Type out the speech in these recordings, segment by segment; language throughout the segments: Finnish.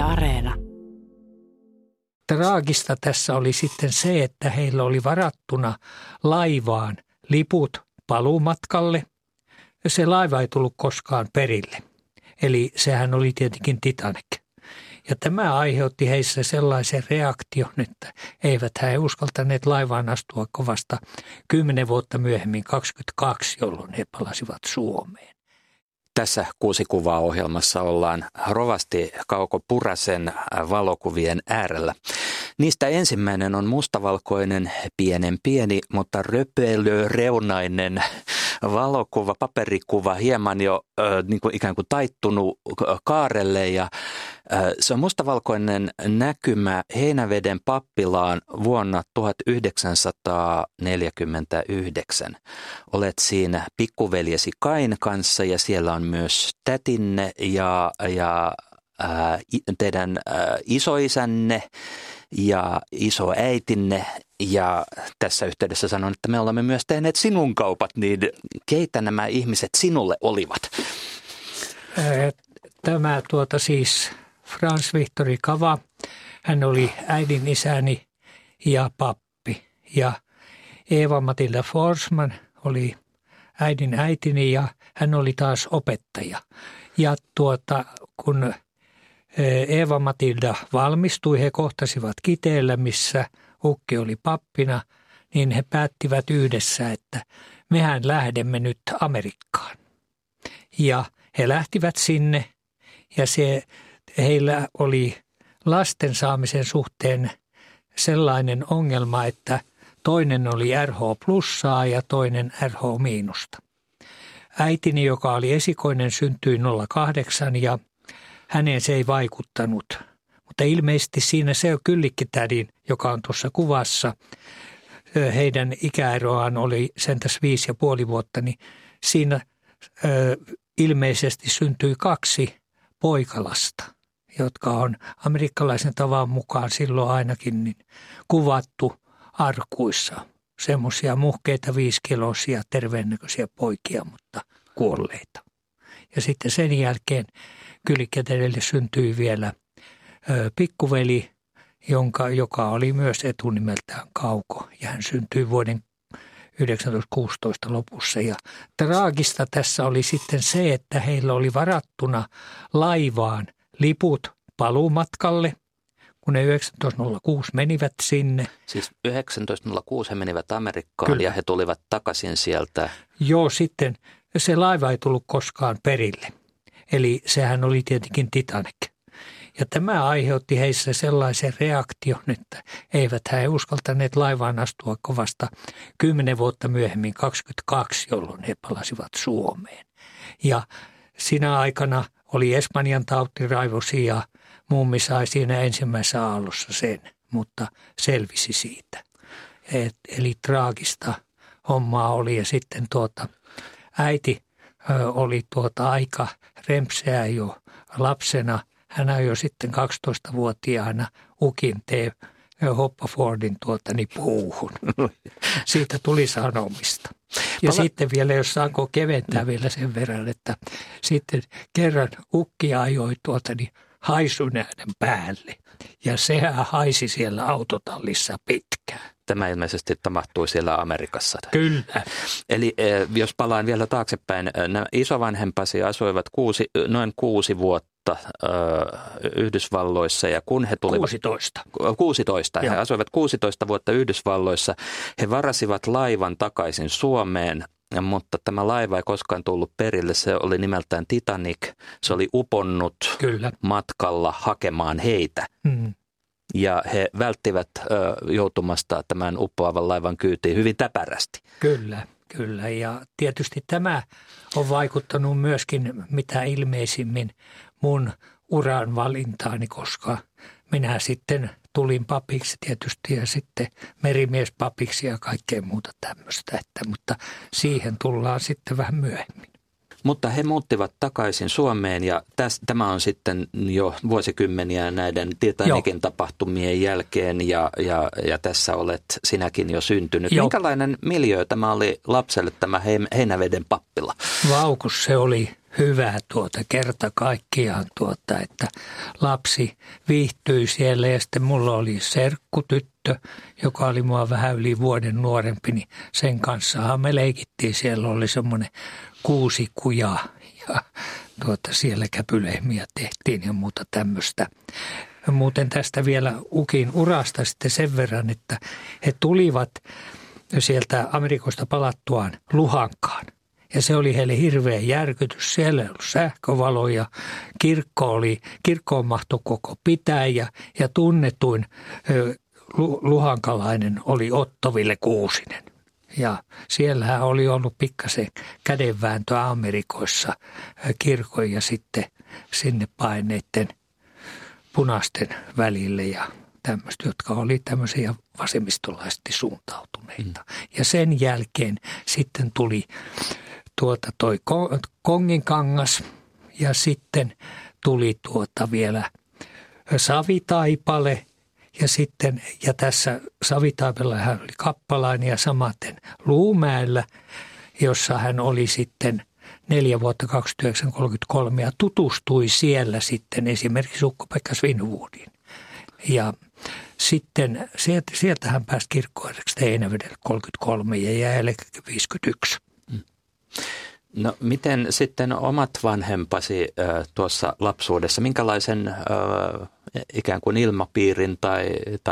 Areena. Traagista tässä oli sitten se, että heillä oli varattuna laivaan liput paluumatkalle. Se laiva ei tullut koskaan perille. Eli sehän oli tietenkin Titanic. Ja tämä aiheutti heissä sellaisen reaktion, että eivät he uskaltaneet laivaan astua vasta 10 vuotta myöhemmin, 22, jolloin he palasivat Suomeen. Tässä 6 kuvaa -ohjelmassa ollaan rovasti Kauko Purasen valokuvien äärellä. Niistä ensimmäinen on mustavalkoinen, pieni, mutta röpelöreunainen valokuva, paperikuva, hieman jo niin kuin ikään kuin taittunut kaarelle. Ja se on mustavalkoinen näkymä Heinäveden pappilaan vuonna 1949. Olet siinä pikkuveljesi Kain kanssa ja siellä on myös tätinne ja teidän isoisänne ja isoäitinne. Ja tässä yhteydessä sanon, että me olemme myös tehneet sinun kaupat, niin keitä nämä ihmiset sinulle olivat? Tämä siis Frans Vihtori Kava, hän oli äidin isäni ja pappi. Ja Eva Matilda Forsman oli äidin äitini ja hän oli taas opettaja. Ja kun Eva Matilda valmistui, he kohtasivat Kiteellä, missä ukki oli pappina, niin he päättivät yhdessä, että mehän lähdemme nyt Amerikkaan. Ja he lähtivät sinne ja heillä oli lasten saamisen suhteen sellainen ongelma, että toinen oli RH plussaa ja toinen RH miinusta. Äitini, joka oli esikoinen, syntyi 08 ja häneen se ei vaikuttanut. Mutta ilmeisesti siinä se on Kyllikkitädin, joka on tuossa kuvassa. Heidän ikäeroaan oli sentäs 5,5 vuotta, niin siinä ilmeisesti syntyi 2 poikalasta, jotka on amerikkalaisen tavan mukaan silloin ainakin niin kuvattu arkuissa. Semmoisia muhkeita 5-kiloisia terveennäköisiä poikia, mutta kuolleita. Ja sitten sen jälkeen Kyllikkitädille syntyi vielä pikkuveli, joka oli myös etunimeltään Kauko, ja hän syntyi vuoden 1916 lopussa. Ja traagista tässä oli sitten se, että heillä oli varattuna laivaan liput paluumatkalle, kun ne 1906 menivät sinne. Siis 1906 he menivät Amerikkaan. Kyllä. Ja he tulivat takaisin sieltä. Joo, sitten se laiva ei tullut koskaan perille. Eli sehän oli tietenkin Titanic. Ja tämä aiheutti heissä sellaisen reaktion, että eivät he uskaltaneet laivaan astua vasta 10 vuotta myöhemmin, 22, jolloin he palasivat Suomeen. Ja siinä aikana oli Espanjan tauti raivosi ja mummi sai siinä ensimmäisessä aallossa sen, mutta selvisi siitä. Eli traagista hommaa oli ja sitten äiti oli aika rempseä jo lapsena. Hän ajoi sitten 12-vuotiaana ukin Hoppafordin puuhun. Siitä tuli sanomista. Ja sitten vielä, jos saanko keventää vielä sen verran, että sitten kerran ukki ajoi haisunäänen päälle. Ja sehän haisi siellä autotallissa pitkään. Tämä ilmeisesti tapahtui siellä Amerikassa. Kyllä. Eli jos palaan vielä taaksepäin, nämä isovanhempasi asuivat noin 6 vuotta Yhdysvalloissa ja kun he tulivat 16. He asuivat 16 vuotta Yhdysvalloissa. He varasivat laivan takaisin Suomeen, mutta tämä laiva ei koskaan tullut perille. Se oli nimeltään Titanic. Se oli uponnut matkalla hakemaan heitä. Mm. Ja he välttivät joutumasta tämän uppoavan laivan kyytiin hyvin täpärästi. Kyllä. Ja tietysti tämä on vaikuttanut myöskin mitä ilmeisimmin mun uran valintaani, koska minä sitten tulin papiksi tietysti ja sitten merimiespapiksi ja kaikkea muuta tämmöistä. Mutta siihen tullaan sitten vähän myöhemmin. Mutta he muuttivat takaisin Suomeen ja tämä on sitten jo vuosikymmeniä näiden Titanikin tapahtumien jälkeen ja tässä olet sinäkin jo syntynyt. Joo. Minkälainen miljöö tämä oli lapselle tämä Heinäveden pappila? Vaukus, se oli hyvä kerta kaikkiaan, että lapsi viihtyi siellä ja sitten mulla oli serkkutyttö, joka oli mua vähän yli vuoden nuorempi, niin sen kanssahan me leikittiin. Siellä oli semmoinen 6 kujaa ja siellä käpylehmiä tehtiin ja muuta tämmöistä. Muuten tästä vielä Ukin urasta sitten sen verran, että he tulivat sieltä Amerikoista palattuaan Luhankaan. Ja se oli heille hirveä järkytys. Siellä ei ollut sähkövaloja, kirkkoon mahtui koko pitäjä ja tunnetuin luhankalainen oli Otto Ville Kuusinen. Ja siellähän oli ollut pikkasen kädenvääntöä Amerikoissa kirkon ja sitten sinne paineiden punaisten välille ja tämmöistä, jotka oli tämmöisiä vasemmistolaisesti suuntautuneita. Ja sen jälkeen sitten tuli toi Konginkangas ja sitten tuli vielä Savitaipale ja tässä Savitaipaleella hän oli kappalainen ja samaten Luumäellä, jossa hän oli sitten 4 vuotta 1933 ja tutustui siellä sitten esimerkiksi Ukko-Pekka Svinhufvudin. Ja sitten sieltä hän pääsi kirkkoherraksi Heinävedelle 33 ja jäi 51. No miten sitten omat vanhempasi tuossa lapsuudessa, minkälaisen ikään kuin ilmapiirin tai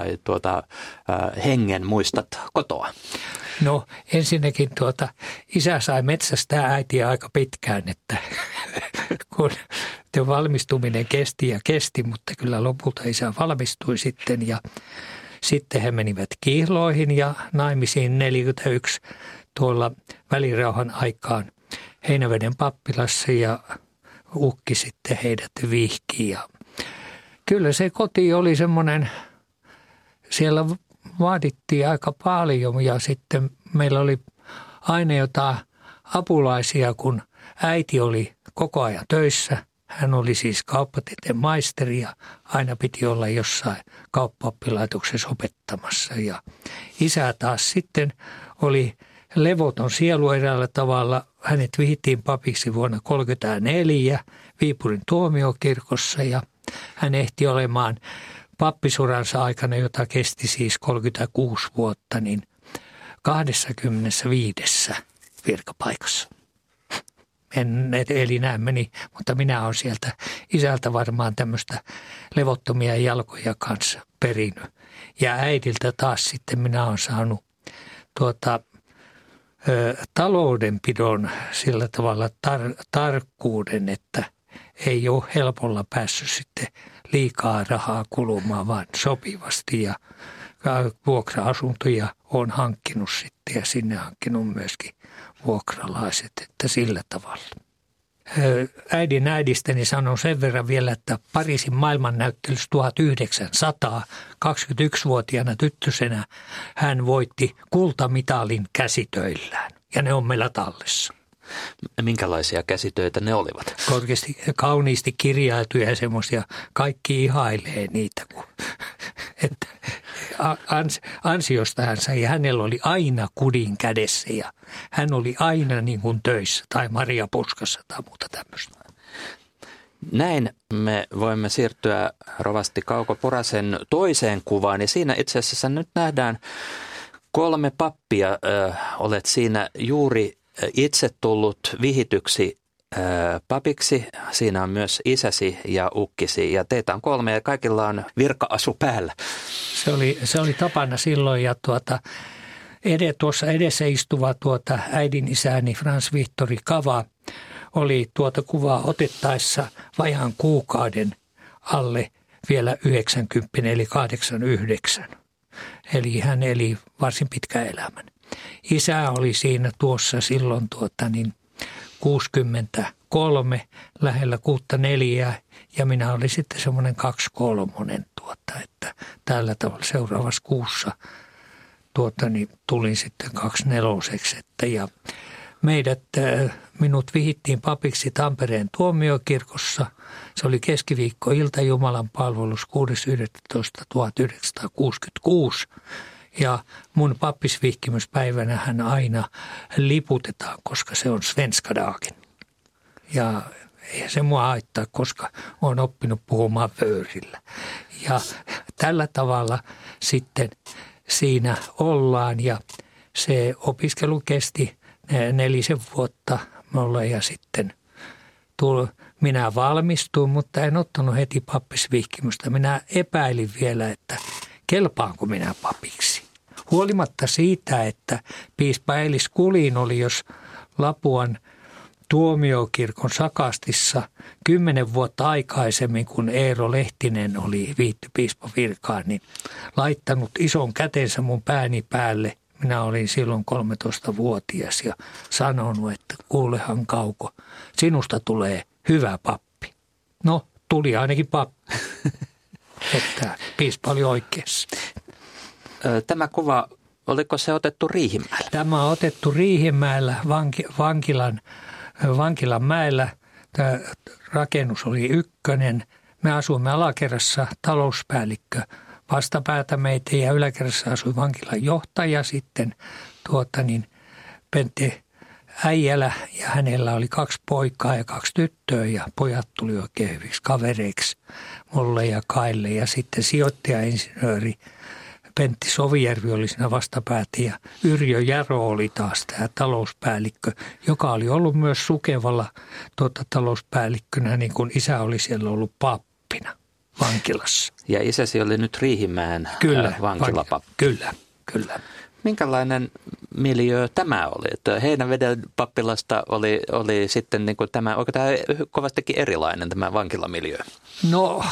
hengen muistat kotoa? No ensinnäkin isä sai metsästää äitiä aika pitkään, että kun valmistuminen kesti, mutta kyllä lopulta isä valmistui sitten ja sitten he menivät Kihloihin ja naimisiin 41 tuolla välirauhan aikaan Heinäveden pappilassa ja ukki sitten heidät vihki. Ja kyllä se koti oli semmoinen, siellä vaadittiin aika paljon ja sitten meillä oli aina jotain apulaisia, kun äiti oli koko ajan töissä. Hän oli siis kauppatieteen maisteri ja aina piti olla jossain kauppaoppilaitoksessa opettamassa. Ja isä taas sitten oli levoton sielu eräällä tavalla. Hänet vihittiin papiksi vuonna 1934 Viipurin tuomiokirkossa ja hän ehti olemaan pappisuransa aikana, jota kesti siis 36 vuotta, niin 25 virkapaikassa. Eli näin meni, mutta minä olen sieltä isältä varmaan tämmöistä levottomia jalkoja kanssa perinyt. Ja äidiltä taas sitten minä olen saanut taloudenpidon sillä tavalla tarkkuuden, että ei ole helpolla päässyt sitten liikaa rahaa kulumaan, vaan sopivasti ja vuokra-asuntoja on hankkinut sitten ja sinne hankkinut myöskin vuokralaiset, että sillä tavalla. Äidin äidistäni sanon sen verran vielä, että Pariisin maailmannäyttelyssä 1900 21-vuotiaana tyttösenä hän voitti kultamitalin käsitöillään ja ne on meillä tallessa. Minkälaisia käsitöitä ne olivat? Korkeasti, kauniisti kirjailtuja ja semmoisia, kaikki ihailee niitä, että ansiosta hän sai. Hänellä oli aina kudin kädessä ja hän oli aina niin kuin töissä tai marjapuskassa tai muuta tämmöistä. Näin me voimme siirtyä rovasti Kauko Purasen toiseen kuvaan ja siinä itse asiassa nyt nähdään 3 pappia. Olet siinä juuri itse tullut vihityksi papiksi. Siinä on myös isäsi ja ukkisi ja teitä on 3 ja kaikilla on virka-asu päällä. Se oli tapana silloin ja tuossa edessä istuva äidin isäni Frans Vihtori Kava oli kuvaa otettaessa vajaan kuukauden alle vielä 90 eli 89. Eli hän eli varsin pitkä elämän. Isä oli siinä tuossa silloin 63, lähellä 64 ja minä olin sitten semmoinen 2/3, että tällä tavalla seuraavassa kuussa tulin sitten 24, että ja minut vihittiin papiksi Tampereen tuomiokirkossa. Se oli keskiviikko-ilta Jumalan palvelus 6.11.1966. Ja mun pappisvihkimyspäivänä hän aina liputetaan, koska se on svenska dagen. Ja ei se mua haittaa, koska olen oppinut puhumaan vöörillä. Ja tällä tavalla sitten siinä ollaan ja se opiskelu kesti 4 vuotta mulle ja sitten minä valmistuin, mutta en ottanut heti pappisvihkimystä. Minä epäilin vielä, että kelpaanko minä papiksi. Huolimatta siitä, että piispa Elis Kulin oli jos Lapuan tuomiokirkon sakastissa 10 vuotta aikaisemmin, kun Eero Lehtinen oli viitty piispan virkaan, niin laittanut ison kätensä mun pääni päälle. Minä olin silloin 13-vuotias ja sanonut, että kuulehan Kauko, sinusta tulee hyvä pappi. No, tuli ainakin pappi, että piispa oli oikeassa. Tämä kuva, oliko se otettu Riihimäellä? Tämä on otettu Riihimäellä vankilan mäellä. Tämä rakennus oli 1. Me asuimme alakerrassa, talouspäällikkö vastapäätä meitä ja yläkerrassa asui vankilan johtaja sitten Pentti Äijälä ja hänellä oli 2 poikaa ja 2 tyttöä ja pojat tuli oikein hyviksi kavereiksi mulle ja Kaille ja sitten sijoittajainsinööri Pentti Sovijärvi oli siinä vastapäätä ja Yrjö Jaro oli taas tämä talouspäällikkö, joka oli ollut myös Sukevalla talouspäällikkönä, niin kuin isä oli siellä ollut pappina vankilassa. Ja isäsi oli nyt Riihimäen vankilapappi. Kyllä. Minkälainen miljöö tämä oli? Että Heinäveden pappilasta oli sitten niin kuin tämä, onko tämä kovastikin erilainen tämä vankilamiljöö? No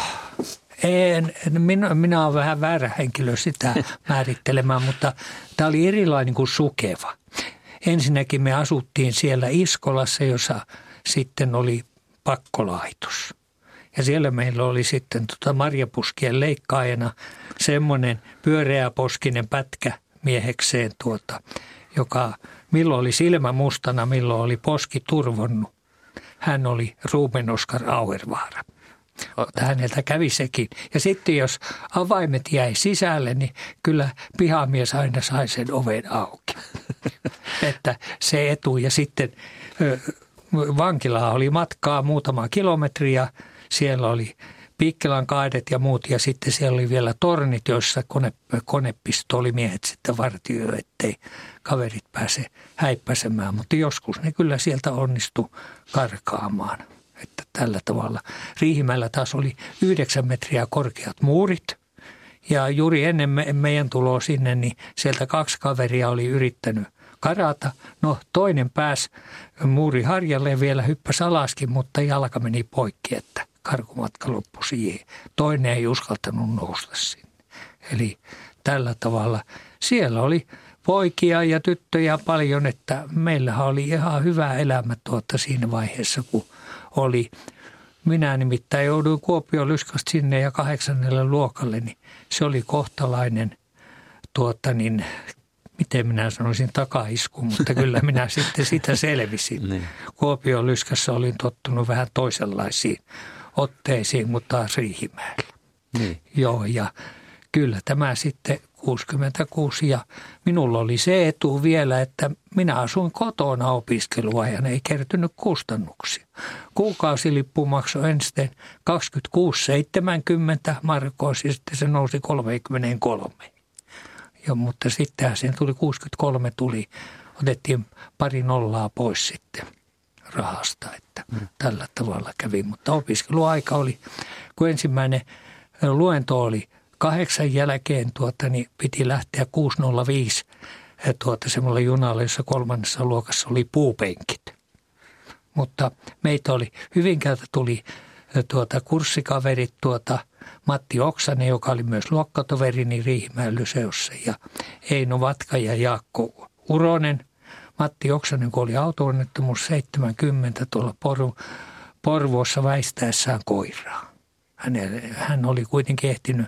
minä olen vähän väärä henkilö sitä määrittelemään, mutta tämä oli erilainen kuin Sukeva. Ensinnäkin me asuttiin siellä Iskolassa, jossa sitten oli pakkolaitos. Ja siellä meillä oli sitten marjapuskien leikkaajana semmoinen pyöreäposkinen pätkä miehekseen, joka milloin oli silmä mustana, milloin oli poski turvonnut. Hän oli Ruben Oskar Auervaara. Häneltä kävi sekin. Ja sitten jos avaimet jäi sisälle, niin kyllä pihamies aina sai sen oven auki. Että se etu. Ja sitten vankilaa oli matkaa muutama kilometriä. Siellä oli Piikkilan kaidet ja muut ja sitten siellä oli vielä tornit, joissa konepistoolimiehet sitten vartioi, ettei kaverit pääse häippäsemään. Mutta joskus ne kyllä sieltä onnistui karkaamaan. Että tällä tavalla. Riihimäellä taas oli 9 metriä korkeat muurit ja juuri ennen meidän tuloa sinne, niin sieltä 2 kaveria oli yrittänyt karata. No toinen pääsi muuriharjalle vielä hyppäsi alaskin, mutta jalka meni poikki, että karkumatka loppui siihen. Toinen ei uskaltanut nousta sinne. Eli tällä tavalla siellä oli poikia ja tyttöjä paljon, että meillähän oli ihan hyvä elämä siinä vaiheessa, kun oli. Minä nimittäin jouduin Kuopion Lyskasta sinne ja 8. luokalle, niin se oli kohtalainen, miten minä sanoisin, takaisku, mutta kyllä minä sitten sitä selvisin. Niin. Kuopion Lyskassa olin tottunut vähän toisenlaisiin otteisiin, mutta taas Riihimäellä. Niin. Joo, ja kyllä tämä sitten 66 ja minulla oli se etu vielä, että minä asuin kotona opiskeluajan, ei kertynyt kustannuksia. Kuukausilippu maksoi ensin 26,70 markkoa, sitten se nousi 33. Ja, mutta sittenhän siihen tuli 63 otettiin 2 nollaa pois sitten rahasta, että tällä tavalla kävi. Mutta opiskeluaika oli, kun ensimmäinen luento oli 8 jälkeen niin piti lähteä 6.05 semmoilla junalla, jossa 3. luokassa oli puupenkit. Mutta meitä oli, Hyvinkäältä tuli kurssikaverit Matti Oksanen, joka oli myös luokkatoverini Riihimäen lyseossa ja Eino Vatka ja Jaakko Uronen. Matti Oksanen, kun oli auto-onnettomuus 70 tuolla Porvoossa väistäessään koiraa. Hän oli kuitenkin ehtinyt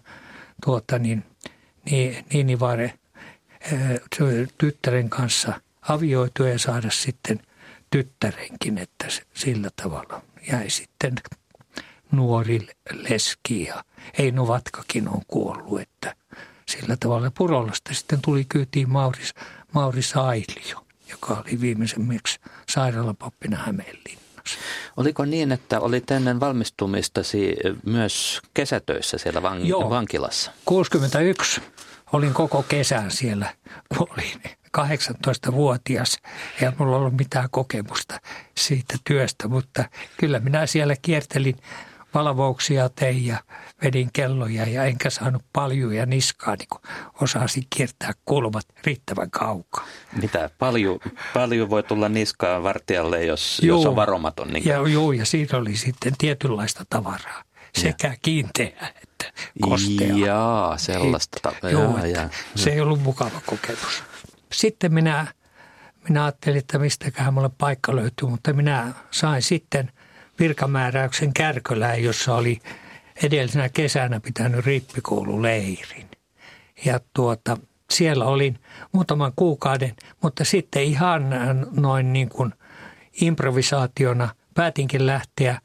Niinivaare tyttären kanssa avioitua ja saada sitten tyttärenkin, että sillä tavalla jäi sitten nuori leski ja Eino Vatkakin on kuollut, että sillä tavalla Purolasta sitten tuli kyytiin Mauri Sailio, joka oli viimeisemmäksi sairaalapappina Hämeenlinnassa. Oliko niin, että olit ennen valmistumistasi myös kesätöissä siellä vankilassa? 61 olin koko kesän siellä, kun olin 18-vuotias. Ei mulla ollut mitään kokemusta siitä työstä, mutta kyllä minä siellä kiertelin, valvouksia tein ja vedin kelloja ja enkä saanut paljuja niskaan, niin kun osasin kiertää kulmat riittävän kaukaa. Mitä? Paljon voi tulla niskaan vartijalle, jos on varomaton. Niin ja siinä oli sitten tietynlaista tavaraa. Sekä kiinteää että kosteaa. Jaa, sellaista. Se ei ollut mukava kokemus. Sitten minä ajattelin, että mistäköhän mulle paikka löytyy, mutta minä sain sitten virkamääräyksen Kärkölään, jossa oli edellisenä kesänä pitänyt rippikoululeirin. Ja siellä olin muutaman kuukauden, mutta sitten ihan noin niin kuin improvisaationa päätinkin lähteä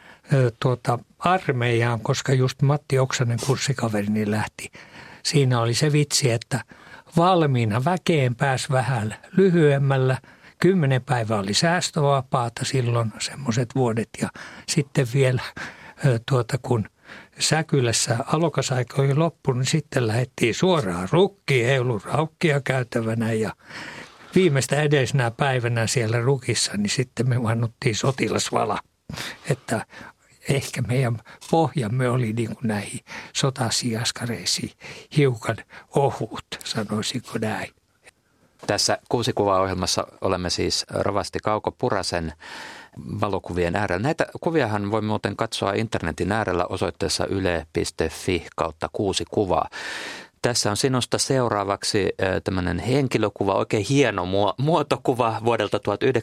armeijaan, koska just Matti Oksanen kurssikaverini lähti. Siinä oli se vitsi, että valmiina väkeen pääsi vähän lyhyemmällä. 10 päivää oli säästövapaata silloin, semmoiset vuodet. Ja sitten vielä kun Säkylässä alokasaika oli loppunut, niin sitten lähdettiin suoraan rukkiin, ei ollut raukkia käytävänä. Ja viimeistä edellisenä päivänä siellä rukissa, niin sitten me vannuttiin sotilasvala, että ehkä meidän pohjamme oli niin kuin näihin sotasiaskareisiin hiukan ohut, sanoisinko näin. Tässä 6 kuvaohjelmassa olemme siis rovasti Kauko Purasen valokuvien äärellä. Näitä kuviahan voi muuten katsoa internetin äärellä osoitteessa yle.fi/6 kuvaa. Tässä on sinusta seuraavaksi tämmöinen henkilökuva, oikein hieno muotokuva vuodelta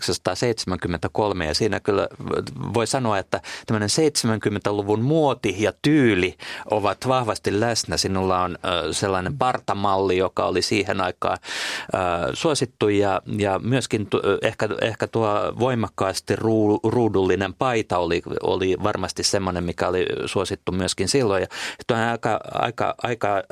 1973 ja siinä kyllä voi sanoa, että tämmöinen 70-luvun muoti ja tyyli ovat vahvasti läsnä. Sinulla on sellainen partamalli, joka oli siihen aikaan suosittu ja myöskin ehkä tuo voimakkaasti ruudullinen paita oli varmasti semmoinen, mikä oli suosittu myöskin silloin. Ja tuo on aika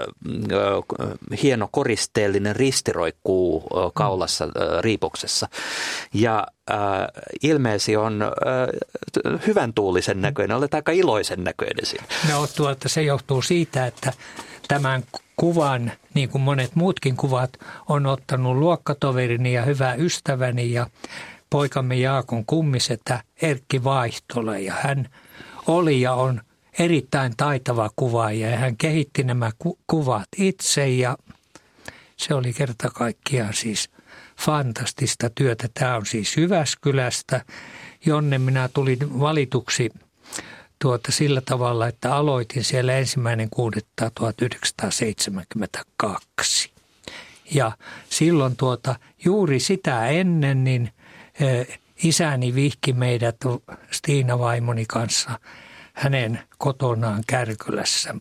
hieno koristeellinen ristiroikkuu kaulassa riipuksessa. Ja ilmeesi on hyvän tuulisen näköinen, olet aika iloisen näköinen siinä. No se johtuu siitä, että tämän kuvan, niin kuin monet muutkin kuvat, on ottanut luokkatoverini ja hyvä ystäväni ja poikamme Jaakon kummisetä Erkki Vaihtola. Ja hän oli ja on erittäin taitava kuvaaja ja hän kehitti nämä kuvat itse ja se oli kerta kaikkiaan siis fantastista työtä. Tämä on siis Jyväskylästä, jonne minä tulin valituksi sillä tavalla, että aloitin siellä 1.6.1972. Ja silloin juuri sitä ennen niin isäni vihki meidät Stiina-vaimoni kanssa hänen kotonaan Kärkölässä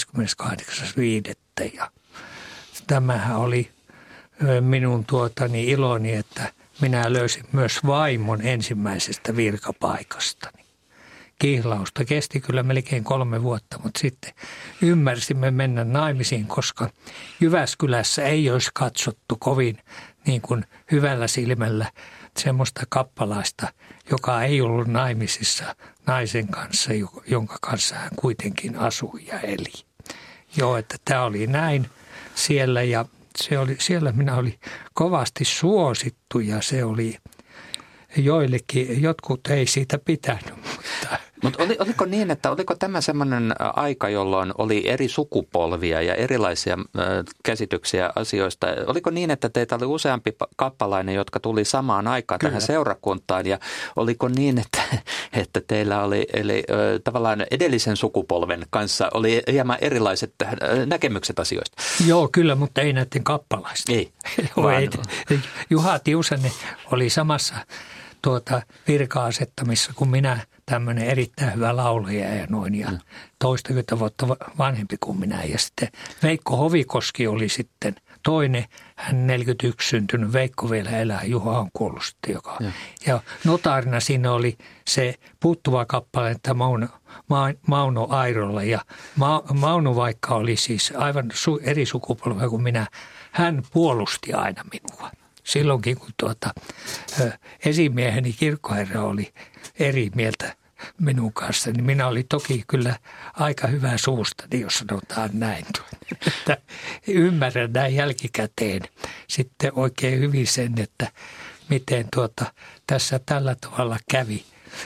28.5. Ja tämähän oli minun iloni, että minä löysin myös vaimon ensimmäisestä virkapaikastani. Kihlausta kesti kyllä melkein 3 vuotta, mutta sitten ymmärsimme mennä naimisiin, koska Jyväskylässä ei olisi katsottu kovin niin kuin hyvällä silmällä semmoista kappalaista, joka ei ollut naimisissa naisen kanssa, jonka kanssa hän kuitenkin asui ja eli. Joo, että tämä oli näin siellä ja siellä minä olin kovasti suosittu ja se oli joillekin, jotkut ei siitä pitänyt, mutta Mutta oliko niin, että oliko tämä semmoinen aika, jolloin oli eri sukupolvia ja erilaisia käsityksiä asioista? Oliko niin, että teitä oli useampi kappalainen, jotka tuli samaan aikaan tähän seurakuntaan ja oliko niin, että teillä oli tavallaan edellisen sukupolven kanssa oli hieman erilaiset näkemykset asioista? Joo, kyllä, mutta ei näiden kappalaista. Ei. Juha Tiusanen oli samassa virka-asettamissa kuin minä, tämmöinen erittäin hyvä laulaja ja noin ja toistakymmentä vuotta vanhempi kuin minä. Ja sitten Veikko Hovikoski oli sitten toinen, hän 41 syntynyt, Veikko vielä elää, Juha on kuollut sitten, ja notaarina siinä oli se puuttuva kappale, että Mauno Airolla, ja Mauno vaikka oli siis aivan eri sukupolvea kuin minä, hän puolusti aina minua. Silloinkin, kun esimieheni kirkkoherra oli eri mieltä minun kanssa, niin minä olin toki kyllä aika hyvä suustani, jos sanotaan näin. Että ymmärrän näin jälkikäteen sitten oikein hyvin sen, että miten tässä tällä tavalla kävi.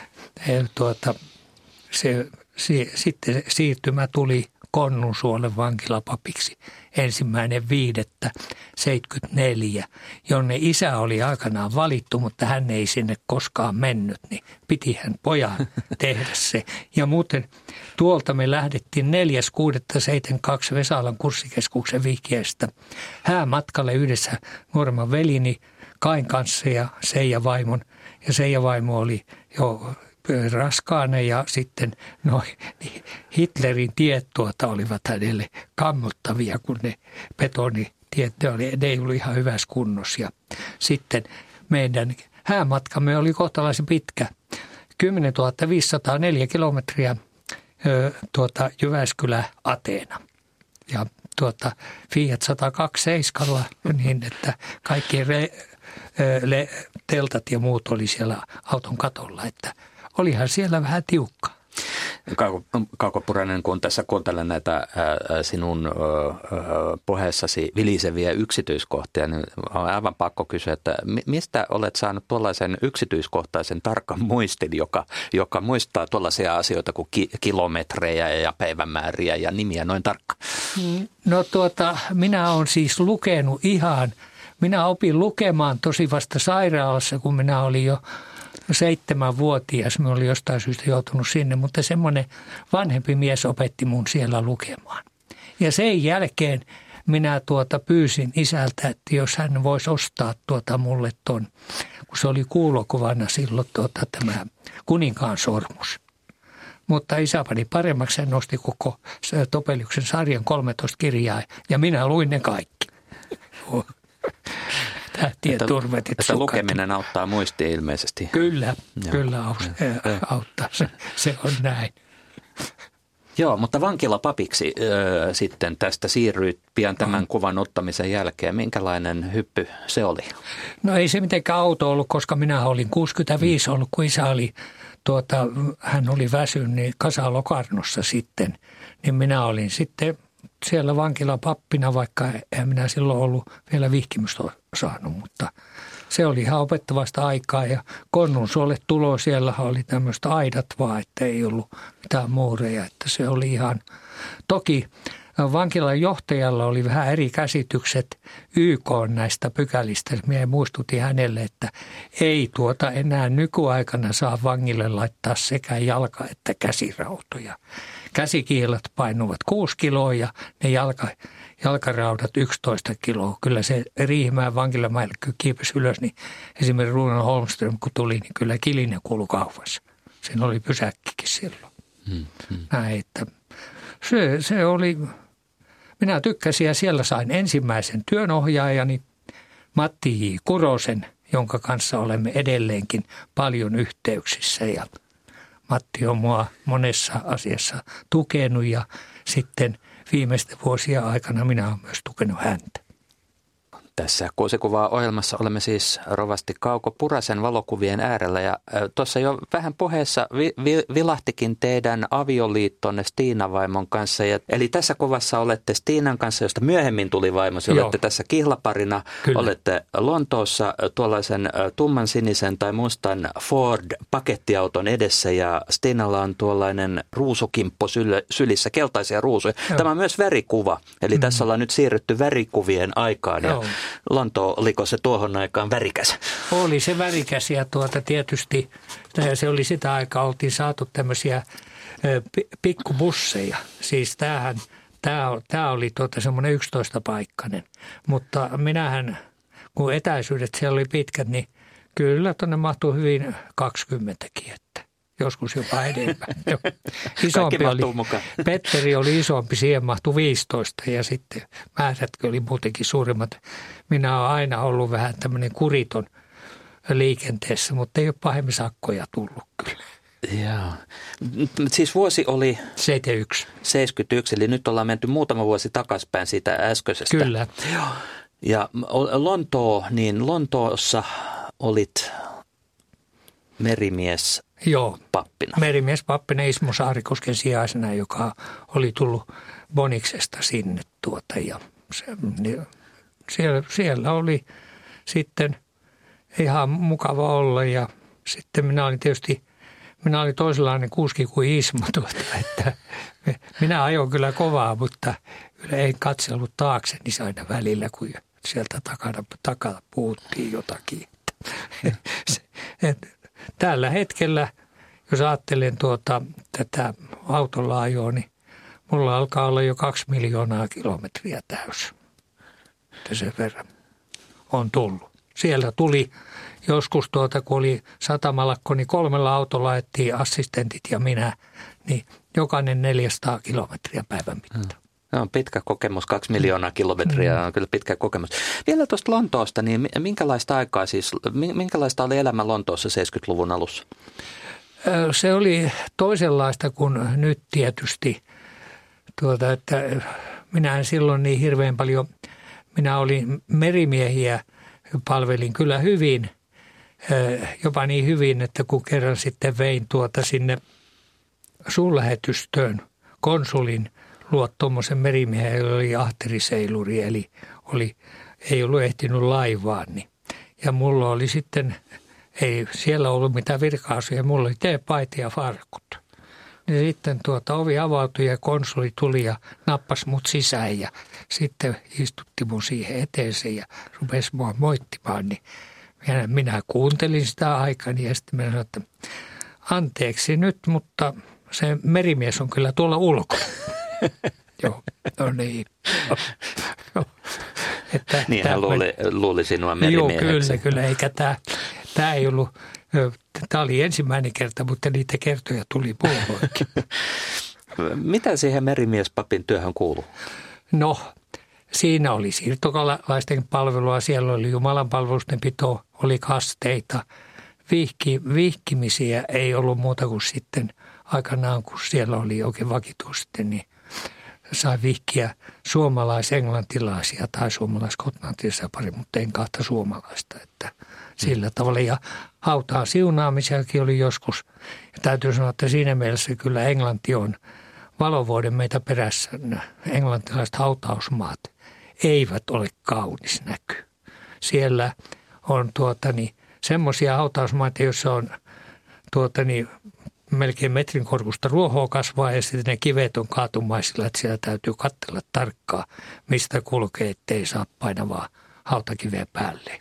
Sitten siirtymä tuli Konnunsuolen vankilapapiksi 1.5.74, jonne isä oli aikanaan valittu, mutta hän ei sinne koskaan mennyt, niin piti hän pojan tehdä se. Ja muuten tuolta me lähdettiin 4.6.72 Vesalan kurssikeskuksen vihjeestä häämatkalle yhdessä nuoremman velini Kain kanssa ja Seija vaimon. Ja Seija vaimo oli jo raskaana ja sitten Hitlerin tiet olivat hänelle kammottavia, kun ne betonitiet, ne ei ollut ihan hyvässä kunnossa. Ja sitten meidän häämatkamme oli kohtalaisen pitkä, 10 504 kilometriä Jyväskylä-Ateena. Ja Fiat 127, niin että kaikki teltat ja muut oli siellä auton katolla, että olihan siellä vähän tiukka. Kauko Puranen, kun tässä kuuntelen näitä sinun puheessasi viliseviä yksityiskohtia, niin on aivan pakko kysyä, että mistä olet saanut tuollaisen yksityiskohtaisen tarkan muistin, joka muistaa tuollaisia asioita kuin kilometrejä ja päivämääriä ja nimiä noin tarkka? No minä olen siis lukenut minä opin lukemaan tosi vasta sairaalassa, kun minä olin jo 7-vuotias. Minä olin jostain syystä joutunut sinne, mutta semmoinen vanhempi mies opetti mun siellä lukemaan. Ja sen jälkeen minä pyysin isältä, että jos hän voisi ostaa mulle ton, kun se oli kuulokuvana silloin tämä Kuninkaan sormus. Mutta isä pani paremmaksi, hän nosti koko Topeliuksen sarjan 13 kirjaa ja minä luin ne kaikki. Tähtien turvetit sukat. Lukeminen auttaa muistia ilmeisesti. Kyllä auttaa. Se on näin. Joo, mutta vankilapapiksi sitten tästä siirryit pian tämän kuvan ottamisen jälkeen. Minkälainen hyppy se oli? No ei se mitenkään auto ollut, koska minä olin 65 ollut, kun isä oli, hän oli väsynyt niin Kasalokarnossa sitten. Niin minä olin sitten siellä vankilapappina, vaikka en minä silloin ollut vielä vihkimystä saanut, mutta se oli ihan opettavasta aikaa ja Konnunsuolle tulo siellä oli tämmöistä aidat vaan, että ei ollut mitään muureja, että se oli ihan, toki vankilan johtajalla oli vähän eri käsitykset YK näistä pykälistä. Minä muistutin hänelle, että ei enää nykyaikana saa vangille laittaa sekä jalka- että käsirautoja. Käsikielat painuvat 6 kiloa ja ne jalkaraudat 11 kiloa. Kyllä se Riihimäen vankilamäärikky kiipesi ylös, niin esimerkiksi Runan Holmström kun tuli, niin kyllä kilinen kuului kauas. Siinä oli pysäkkikin silloin. Näin, että se oli, minä tykkäsin ja siellä sain ensimmäisen työnohjaajani Matti J. Kurosen, jonka kanssa olemme edelleenkin paljon yhteyksissä ja Matti on mua monessa asiassa tukenut ja sitten viimeisten vuosien aikana minä olen myös tukenut häntä. Tässä Kuusikuvaa ohjelmassa olemme siis rovasti Kauko Purasen valokuvien äärellä ja tuossa jo vähän puheessa vilahtikin teidän avioliittonne Stiina-vaimon kanssa. Eli tässä kuvassa olette Stiinan kanssa, josta myöhemmin tuli vaimosi. Olette tässä kihlaparina, kyllä. Olette Lontoossa tuollaisen tumman sinisen tai mustan Ford-pakettiauton edessä ja Stiinalla on tuollainen ruusukimppo sylissä, keltaisia ruusuja. Joo. Tämä on myös värikuva, eli tässä ollaan nyt siirrytty värikuvien aikaan ja Lonto, oliko se tuohon aikaan värikäs? Oli se värikäs ja tietysti se oli sitä aikaa, oltiin saatu tämmöisiä pikkubusseja. Siis tämä oli semmoinen 11-paikkainen, mutta minähän, kun etäisyydet siellä oli pitkät, niin kyllä tuonne mahtui hyvin 20kin, että joskus jopa enemmän. Isompi oli, mukaan. Petteri oli isompi, siihen mahtui 15 ja sitten määrätkö oli muutenkin suurimmat. Minä olen aina ollut vähän tämmöinen kuriton liikenteessä, mutta ei ole pahemmin sakkoja tullut kyllä. Joo. Siis vuosi oli 71, eli nyt ollaan menty muutama vuosi takaspäin siitä äskeisestä. Kyllä. Joo. Ja Lontoossa olit merimies pappina. Merimies pappina Ismo Saarikosken sijaisena, joka oli tullut Boniksesta sinne ja siellä oli sitten ihan mukava olla ja sitten minä olin toisenlainen kuski kuin Ismo että minä ajoin kyllä kovaa, mutta en katsellut taakseni aina välillä, kun sieltä takana puhuttiin jotakin. Tällä hetkellä, jos ajattelen tätä autolla ajoa, niin mulla alkaa olla jo 2 miljoonaa kilometriä täys. Sen verran on tullut. Siellä tuli joskus kun oli satamalakko, niin 3 autolla ajettiin assistentit ja minä, niin jokainen 400 kilometriä päivän mittaan. No, pitkä kokemus, 2 miljoonaa kilometriä on kyllä pitkä kokemus. Vielä tuosta Lontoosta, niin minkälaista oli elämä Lontoossa 70-luvun alussa? Se oli toisenlaista kuin nyt tietysti. Että minä en silloin niin hirveän paljon, minä olin merimiehiä, palvelin kyllä hyvin, jopa niin hyvin, että kun kerran sitten vein sinne suurlähetystöön konsulin luot tuommoisen merimiehen, jolla oli ahteriseiluri, eli ei ollut ehtinyt laivaan. Niin. Ja mulla oli sitten, ei siellä ollut mitään virka-asuja, mulla oli teepaita ja farkut. Ja sitten ovi avautui ja konsuli tuli ja nappasi mut sisään ja sitten istutti mun siihen eteensä ja rupesi mua moittimaan. Niin minä kuuntelin sitä aikani ja sitten minä sanoin, että anteeksi nyt, mutta se merimies on kyllä tuolla ulkona. Joo, no niin. Niin hän luuli sinua merimieheksi. Joo, kyllä. Eikä tämä ei ollut, tämä oli ensimmäinen kerta, mutta niitä kertoja tuli puolueekin. Mitä siihen merimiespapin työhön kuuluu? No, siinä oli siirtolaisten palvelua, siellä oli Jumalan palvelusten pito, oli kasteita. Vihkimisiä ei ollut muuta kuin sitten aikanaan, kun siellä oli oikein vakituisesti, niin sai vihkiä suomalais-englantilaisia tai suomalais-skotlantilaisia pari, mutta en kahta suomalaista, että sillä tavalla. Ja hautaan siunaamisiakin oli joskus. Ja täytyy sanoa, että siinä mielessä kyllä Englanti on valovuoden meitä perässä. Englantilaiset hautausmaat eivät ole kaunis näky. Siellä on semmoisia hautausmaita, joissa on melkein metrin korkusta ruohoa kasvaa ja sitten ne kivet on kaatumaisilla, että siellä täytyy katsella tarkkaan, mistä kulkee, ettei saa painavaa hautakiveä päälle.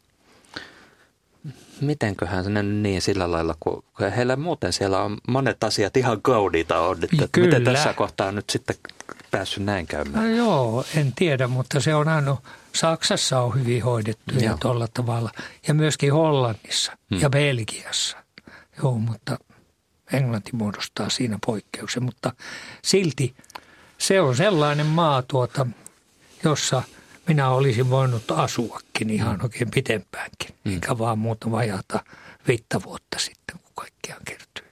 Mitenköhän se niin sillä lailla, kun heillä muuten siellä on monet asiat ihan kauniita on. Miten tässä kohtaa on nyt sitten päässyt näin käymään? No joo, en tiedä, mutta se on aina, Saksassa on hyvin hoidettu ja tuolla tavalla. Ja myöskin Hollannissa ja Belgiassa. Joo, mutta Englanti muodostaa siinä poikkeuksen, mutta silti se on sellainen maa, jossa minä olisin voinut asuakin ihan oikein pitempäänkin, eikä vaan muuta vajata 5 vuotta sitten, kun kaikkiaan kertyi.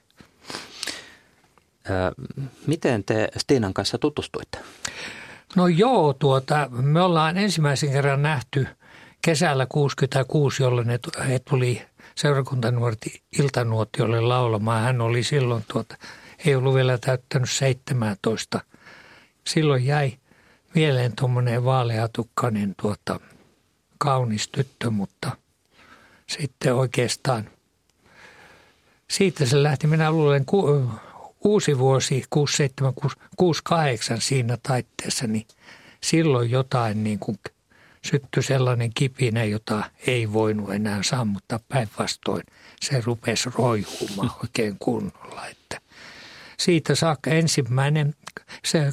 Miten te Stiinan kanssa tutustuitte? No joo, me ollaan ensimmäisen kerran nähty kesällä 1966, jolloin he tuli seurakuntanuorti iltanuotiolle laulamaan. Hän oli silloin, ei ollut vielä täyttänyt 17. Silloin jäi mieleen tuommoinen vaaleatukkainen kaunis tyttö, mutta sitten oikeastaan siitä se lähti. Minä luulen uusi vuosi, 67, 68 siinä taitteessa, niin silloin jotain niin kuin syttyi sellainen kipinä, jota ei voinut enää sammuttaa, päinvastoin. Se rupesi roihumaan oikein kunnolla. Että siitä saakka ensimmäinen, se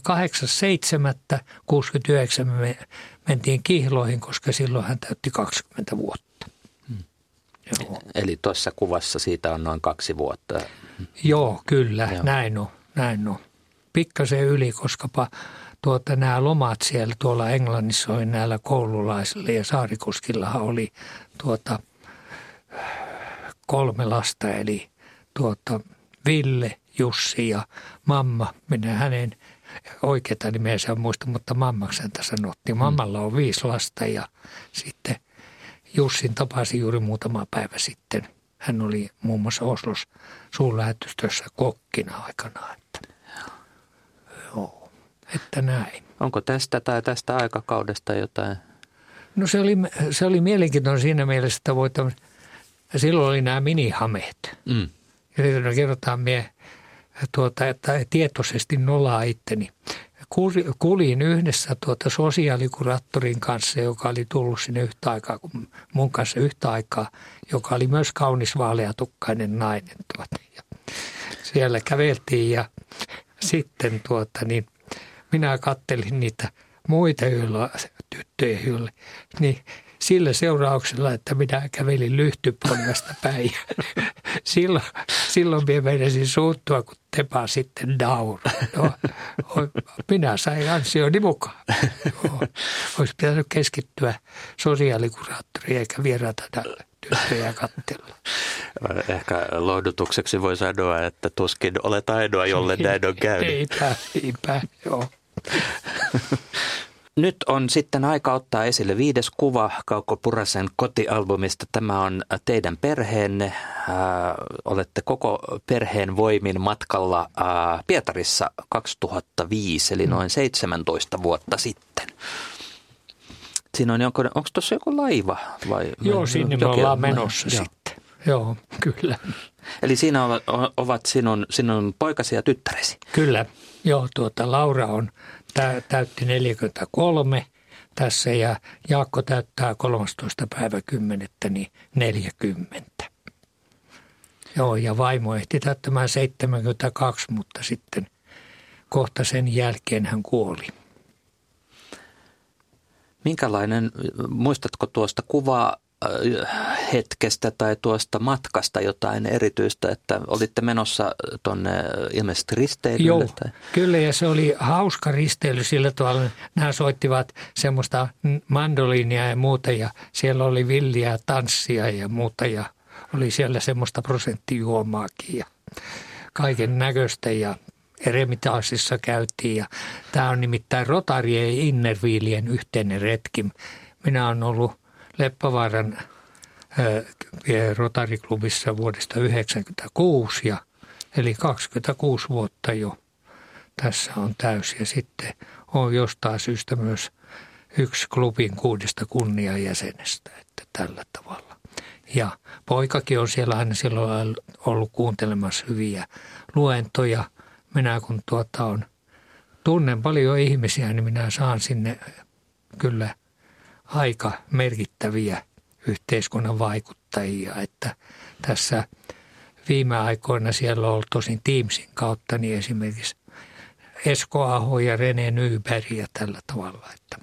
8.7.69 me mentiin Kihloihin, koska silloin hän täytti 20 vuotta. Joo. Eli tuossa kuvassa siitä on noin 2 vuotta. Joo, kyllä, joo. Näin on. Pikkasen yli, koskapa nämä lomat siellä tuolla Englannissa oli näillä koululaisilla ja Saarikoskillahan oli 3 lasta, eli Ville, Jussi ja mamma. Minä hänen oikeata nimeänsä en muista, mutta mammaksi häntä sanottiin. Mammalla on 5 lasta ja sitten Jussin tapasi juuri muutama päivä sitten. Hän oli muun muassa Oslos suurlähetystössä kokkina aikanaan. Joo, että näin. Onko tästä tai tästä aikakaudesta jotain? No se oli mielenkiintoinen siinä mielessä, että silloin oli nämä minihameet. Ja sitten kerrotaan että tietoisesti nolaa itteni. Kuljin yhdessä sosiaalikuraattorin kanssa, joka oli tullut sinne yhtä aikaa kuin mun kanssa yhtä aikaa, joka oli myös kaunis vaaleatukkainen nainen. Ja siellä käveltiin ja sitten minä kattelin niitä muita tyttöjä, niin sillä seurauksella, että minä kävelin lyhtypolvesta päin. Silloin minä meinasin suuttua, kun Tepa sitten nauroi. No, minä sain ansioni mukaan. Olisi pitänyt keskittyä sosiaalikuraattoriin eikä vierata tyttöjä katsella. Ehkä lohdutukseksi voi sanoa, että tuskin olet ainoa, jolle näin on käynyt. Eipä, joo. Nyt on sitten aika ottaa esille 5. kuva Kauko Purasen kotialbumista. Tämä on teidän perheenne. Olette koko perheen voimin matkalla Pietarissa 2005, eli noin 17 vuotta sitten. Siinä on onko tuossa joku laiva? Vai? Joo, sinne me ollaan menossa sitten. Joo, kyllä. Eli siinä ovat sinun poikasi ja tyttäresi? Kyllä. Joo, Laura täytti 43 tässä ja Jaakko täyttää 13. päivä 10. niin 40. Joo, ja vaimo ehti täyttämään 72, mutta sitten kohta sen jälkeen hän kuoli. Minkälainen, muistatko tuosta kuvaa hetkestä tai tuosta matkasta jotain erityistä, että olitte menossa tuonne ilmeisesti risteilylle? Joo, kyllä, ja se oli hauska risteily sillä tavalla. Nämä soittivat semmoista mandoliinia ja muuta ja siellä oli villiä tanssia ja muuta ja oli siellä semmoista prosenttijuomaakin ja kaiken näköistä ja Eremitaasissa käytiin ja tämä on nimittäin Rotarien ja Innerviilien yhteinen retki. Minä olen ollut Leppävaaran Rotariklubissa vuodesta 1996 eli 26 vuotta jo tässä on täysi. Ja sitten on jostain syystä myös yksi klubin 6 kunniajäsenestä, että tällä tavalla. Ja poikakin on siellä aina silloin ollut kuuntelemassa hyviä luentoja. Minä kun tunnen paljon ihmisiä, niin minä saan sinne kyllä aika merkittäviä yhteiskunnan vaikuttajia, että tässä viime aikoina siellä on ollut tosin Teamsin kautta, niin esimerkiksi Esko Aho ja René Nyberg ja tällä tavalla, että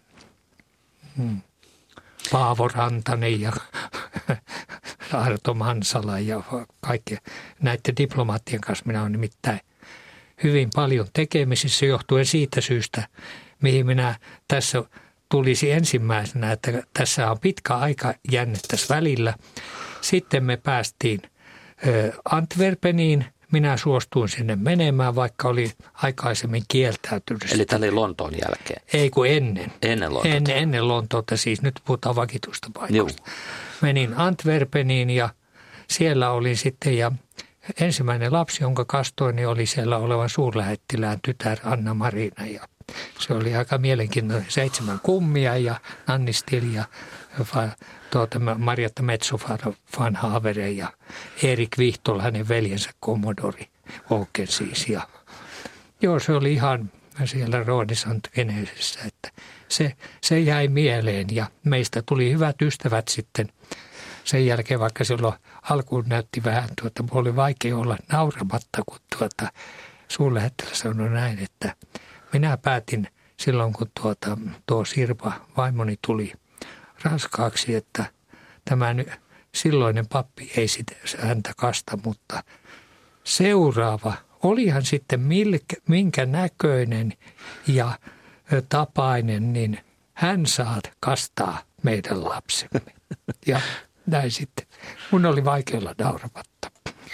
Paavo Rantanen ja Arto Mansala ja kaikki näiden diplomaattien kanssa minä olen nimittäin hyvin paljon tekemisissä johtuen siitä syystä, mihin minä tässä tulisi ensimmäisenä, että tässä on pitkä aika jännittäisi välillä. Sitten me päästiin Antwerpeniin. Minä suostuin sinne menemään, vaikka oli aikaisemmin kieltäytynyt. Eli tämä oli Lontoon jälkeen? Ei kun ennen. Ennen Lontoota, siis nyt puhutaan vakituista paikoista. Menin Antwerpeniin ja siellä olin sitten ja ensimmäinen lapsi, jonka kastoin, niin oli siellä olevan suurlähettilään tytär Anna-Marina ja se oli aika mielenkiintoinen. 7 kummia ja Nanni Stil ja Marjatta Metso van Haveren ja Erik Vihtol, hänen veljensä Commodori Oken siis. Ja joo, se oli ihan siellä Roodisant Geneesissä, että se jäi mieleen ja meistä tuli hyvät ystävät sitten sen jälkeen, vaikka silloin alkuun näytti vähän, oli vaikea olla nauramatta, kun suurlähettilä sanoi näin, että minä päätin silloin, kun tuo Sirpa vaimoni tuli raskaaksi, että tämä silloinen pappi ei häntä kasta, mutta seuraava, olihan sitten minkä näköinen ja tapainen, niin hän saa kastaa meidän lapsemme. Ja näin sitten. Mun oli vaikea olla nauramatta.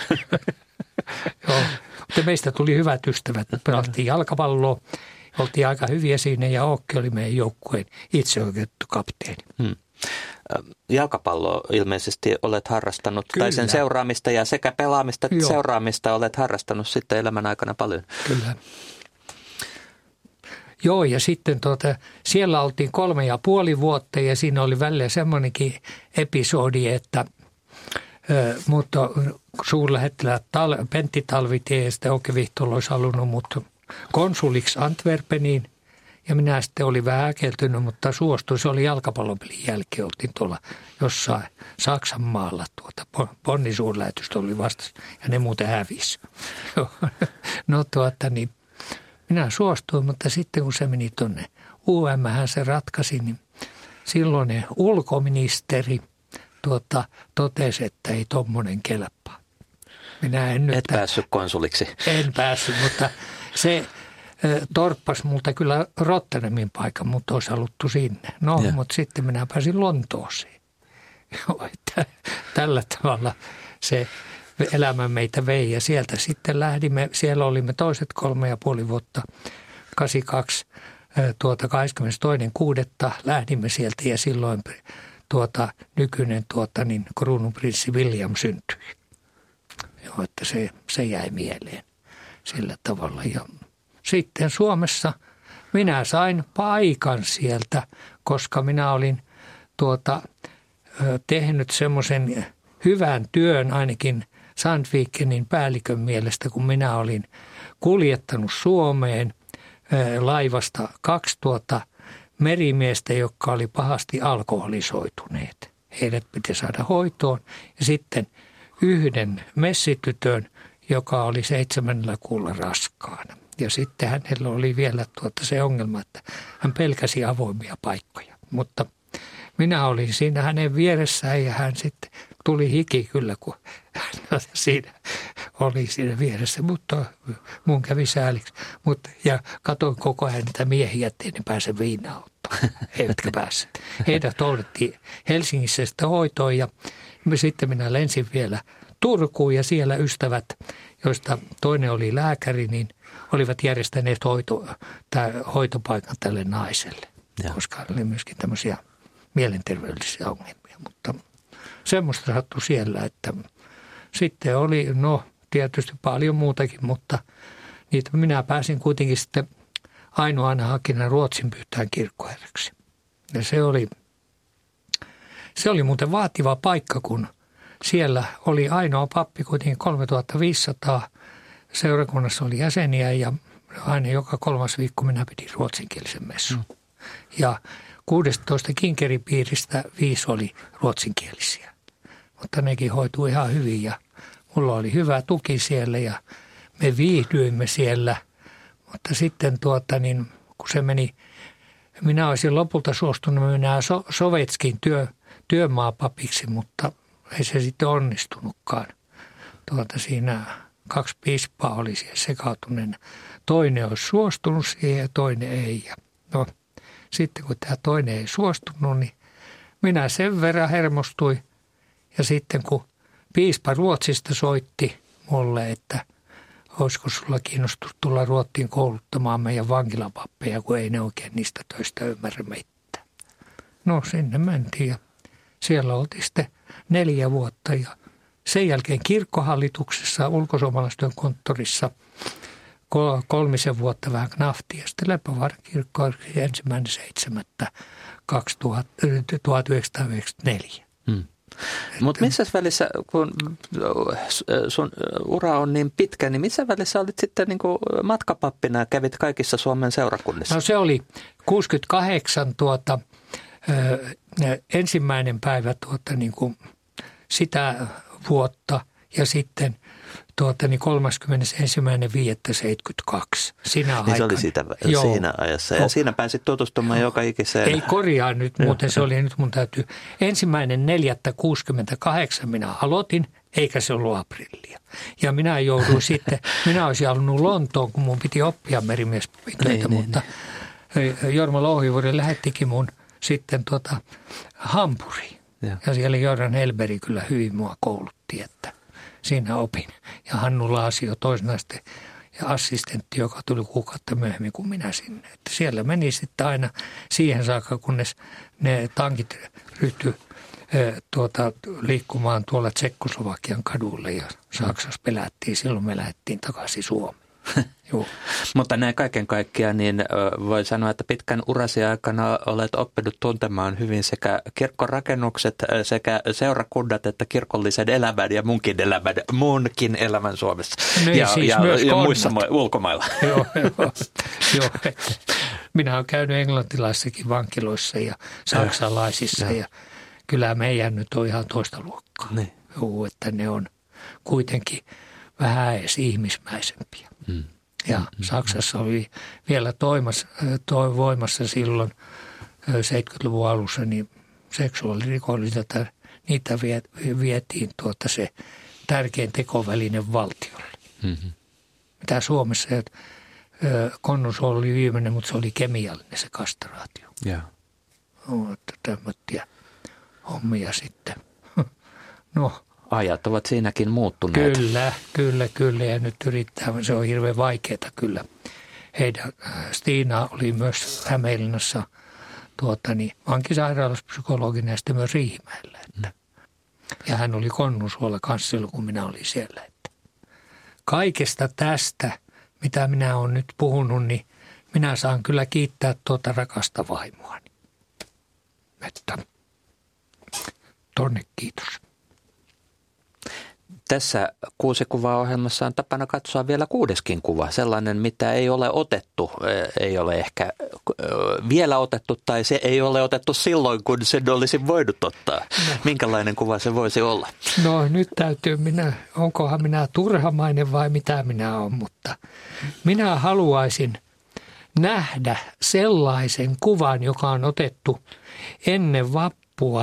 Joo, mutta meistä tuli hyvät ystävät. Pelattiin jalkapalloa, oltiin aika hyviä siinä ja Åke oli meidän joukkueen itseoikeutettu kapteeni. Jalkapalloa ilmeisesti olet harrastanut, Kyllä. Tai sen seuraamista ja sekä pelaamista että seuraamista olet harrastanut sitten elämän aikana paljon. Kyllä. Joo, ja sitten siellä oltiin 3,5 vuotta ja siinä oli välillä semmoinenkin episodi, että mutta suurlähettilä Pentti Talvitie ja sitten Åke Vihtolo olisi halunnut mut konsuliksi Antwerpeniin. Ja minä sitten olin vähän äkeltynyt, mutta suostuin. Se oli jalkapallopelin jälkeen. Oltiin tuolla jossain Saksan maalla. Bonnin suurlähetystö oli vastassa ja ne muuten hävisi. No niin minä suostuin, mutta sitten kun se meni tuonne UM:hän se ratkaisi, niin silloinen ulkoministeri totesi, että ei tommonen kelpaa. Minä en nyt... Et päässyt konsuliksi. En päässyt, mutta se torppasi multa kyllä Rotterdamin paikan, mutta olisi haluttu sinne. No, mutta sitten minä pääsin Lontooseen. Tällä tavalla se elämä meitä vei ja sieltä sitten lähdimme. Siellä olimme toiset 3,5 vuotta, 82, 22.6. lähdimme sieltä ja silloin nykyinen kruununprinssi William syntyi. Joo, että se jäi mieleen sillä tavalla. Ja sitten Suomessa minä sain paikan sieltä, koska minä olin tehnyt semmoisen hyvän työn ainakin Sandvikenin päällikön mielestä, kun minä olin kuljettanut Suomeen laivasta 2000 merimiestä, jotka oli pahasti alkoholisoituneet. Heidät piti saada hoitoon ja sitten yhden messitytön, joka oli 7 kuulla raskaana. Ja sitten hänellä oli vielä se ongelma, että hän pelkäsi avoimia paikkoja. Mutta minä olin siinä hänen vieressään ja hän sitten tuli hiki kyllä, kun hän siinä oli siinä vieressä. Mutta mun kävi sääliksi. Ja katsoin koko ajan niitä miehiä, ettei ne pääse viinaa ottamaan. Eivätkä päässeet. Heidät hoidettiin Helsingissä sitä hoitoon ja sitten minä lensin vielä Turkuun ja siellä ystävät, joista toinen oli lääkäri, niin olivat järjestäneet hoitopaikan tälle naiselle, koska oli myöskin tämmöisiä mielenterveydellisiä ongelmia. Mutta semmoista sattui siellä, että sitten oli, tietysti paljon muutakin, mutta niitä minä pääsin kuitenkin sitten ainoana hakina Ruotsin Pyhtään kirkkoherraksi. Ja se oli muuten vaativa paikka, kun siellä oli ainoa pappi, kuitenkin 3500 seurakunnassa oli jäseniä ja aina joka 3. viikko minä pidin ruotsinkielisen messun. Ja 16 kinkeripiiristä 5 oli ruotsinkielisiä, mutta nekin hoitui ihan hyvin ja mulla oli hyvä tuki siellä ja me viihdyimme siellä, mutta sitten kun se meni, minä olisin lopulta suostunut mennä Sovetskin työmaapapiksi, mutta ei se sitten onnistunutkaan. Siinä 2 piispaa oli siellä sekautuneena. Toinen olisi suostunut siihen ja toinen ei. Ja sitten kun tämä toinen ei suostunut, niin minä sen verran hermostuin. Ja sitten kun piispa Ruotsista soitti mulle, että olisiko sulla kiinnostus tulla Ruottiin kouluttamaan meidän vankilapappeja, kun ei ne oikein niistä töistä ymmärrä mitään. No sinne mentiin ja siellä oltiin sitten 4 vuotta ja sen jälkeen kirkkohallituksessa ulkosuomalaistyön konttorissa 3 vuotta vähän knaftia. Sitten Leppävaaran kirkko 1.7.1994. Mutta missä välissä, kun sun ura on niin pitkä, niin missä välissä olit sitten niin kuin matkapappina ja kävit kaikissa Suomen seurakunnissa? No se oli 68 ensimmäinen päivä niin kuin sitä vuotta ja sitten 31.5.72 sinä aikana. Se oli siinä ajassa ja siinä pääsit tutustumaan joka ikiseen. Ei korjaa nyt, muuten se oli nyt mun täytyy. 1.4.68 minä aloitin eikä se ollut aprillia. Ja minä jouduin sitten, minä olisin halunnut Lontoon, kun mun piti oppia merimiestöitä, mutta Jorma Louhivuori lähettikin mun sitten Hampuriin. Ja siellä Jordan Helberg kyllä hyvin mua koulutti, että siinä opin. Ja Hannu Laasio toisen asteen ja assistentti, joka tuli kuukautta myöhemmin kuin minä sinne. Että siellä meni sitten aina siihen saakka, kunnes ne tankit ryhtyi liikkumaan tuolla Tsekkoslovakian kadulle ja Saksassa pelättiin. Silloin me lähdettiin takaisin Suomeen. Mutta näin kaiken kaikkiaan, niin voi sanoa, että pitkän urasi aikana olet oppinut tuntemaan hyvin sekä kirkkorakennukset, sekä seurakunnat, että kirkollisen elämän ja muunkin elämän Suomessa ja muissa ulkomailla. Joo. Minä olen käynyt englantilaisissakin vankiloissa ja saksalaisissa ja kyllä meidän nyt on ihan toista luokkaa. Niin. Joo, että ne on kuitenkin vähän edes ihmismäisempiä. Ja Saksassa oli vielä voimassa silloin 70-luvun alussa, niin seksuaalirikollisilta niitä vietiin se tärkein tekoväline valtiolle. Mitä Suomessa, konnusuoli oli viimeinen, mutta se oli kemiallinen se kastraatio. Että tämmöisiä hommia sitten. No. Ajat ovat siinäkin muuttuneet. Kyllä. Ja nyt yrittää, se on hirveän vaikeaa kyllä. Stiina oli myös Hämeenlinnassa vankisairaalassa psykologina ja sitten myös Riihimäellä. Ja hän oli Konnunsuolla kanssa silloin, kun minä olin siellä. Että kaikesta tästä, mitä minä olen nyt puhunut, niin minä saan kyllä kiittää rakasta vaimoani. Että tonne kiitos. Tässä 6 kuvaa ohjelmassa on tapana katsoa vielä 6. kuva, sellainen mitä ei ole otettu, ei ole ehkä vielä otettu tai se ei ole otettu silloin, kun sen olisi voinut ottaa. No. Minkälainen kuva se voisi olla? No nyt täytyy onkohan minä turhamainen vai mitä minä olen, mutta minä haluaisin nähdä sellaisen kuvan, joka on otettu ennen vappua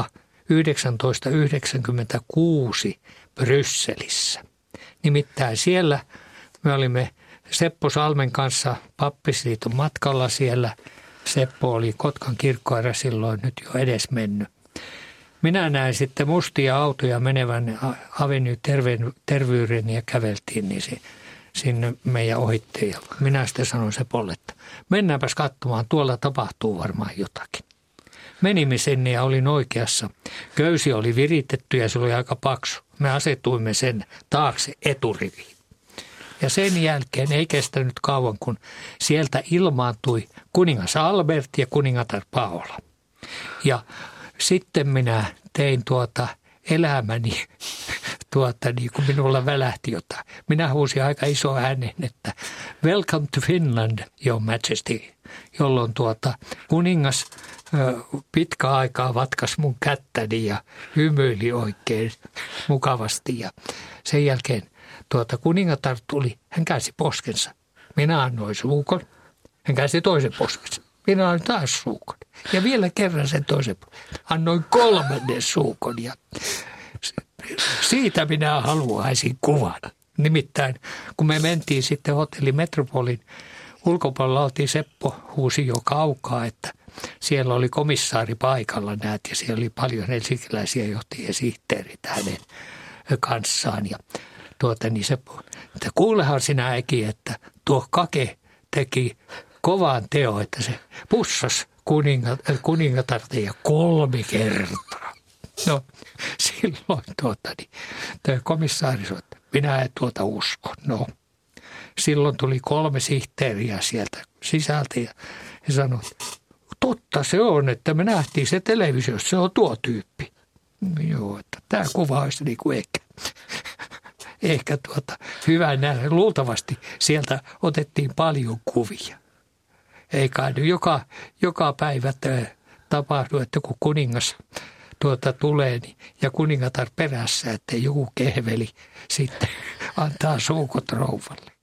1996 Brysselissä. Nimittäin siellä me olimme Seppo Salmen kanssa Pappisliiton matkalla siellä. Seppo oli Kotkan kirkkoherra silloin nyt jo edes mennyt. Minä näin sitten mustia autoja menevän Avenue Tervyyden ja käveltiin niin sinne meidän ohitteen. Minä sitten sanoin Sepolle, että mennäänpäs katsomaan, tuolla tapahtuu varmaan jotakin. Menimme sinne ja olin oikeassa. Köysi oli viritetty ja se oli aika paksu. Me asetuimme sen taakse eturiviin. Ja sen jälkeen ei kestänyt kauan, kun sieltä ilmaantui kuningas Albert ja kuningatar Paola. Ja sitten minä tein elämäni, niin kun minulla välähti jotain. Minä huusin aika iso äänen, että Welcome to Finland, Your Majesty, jolloin kuningas pitkä aikaa vatkas mun kättäni ja hymyili oikein mukavasti. Ja sen jälkeen kuningatar tuli, hän käänsi poskensa. Minä annoin suukon, hän käänsi toisen poskensa. Minä annoin taas suukon. Ja vielä kerran sen toisen annoin 3. suukon. Ja siitä minä haluaisin kuvan. Nimittäin kun me mentiin sitten hotelli Metropolin ulkopuolella, oltiin Seppo huusi jo kaukaa, että siellä oli komissaari paikalla näet ja siellä oli paljon helsinkiläisiä johtajia sihteereitä hänen kanssaan. Ja niin Seppo, että kuulehan sinä Eki, että tuo Kake teki kovan teon, että se pussasi kuningatarteja 3 kertaa. No silloin tämä komissaari sanoi, että minä en usko. No silloin tuli 3 sihteeriä sieltä sisältä ja he sanoivat, että totta se on, että me nähtiin se televisiossa, se on tuo tyyppi. Joo, että tämä kuva olisi niin kuin ehkä hyvä nähdä. Luultavasti sieltä otettiin paljon kuvia. Ei kai nyt joka päivä tapahdu, että kun kuningas tulee niin, ja kuningatar perässä, että joku kehveli sitten antaa suukot rouvalle.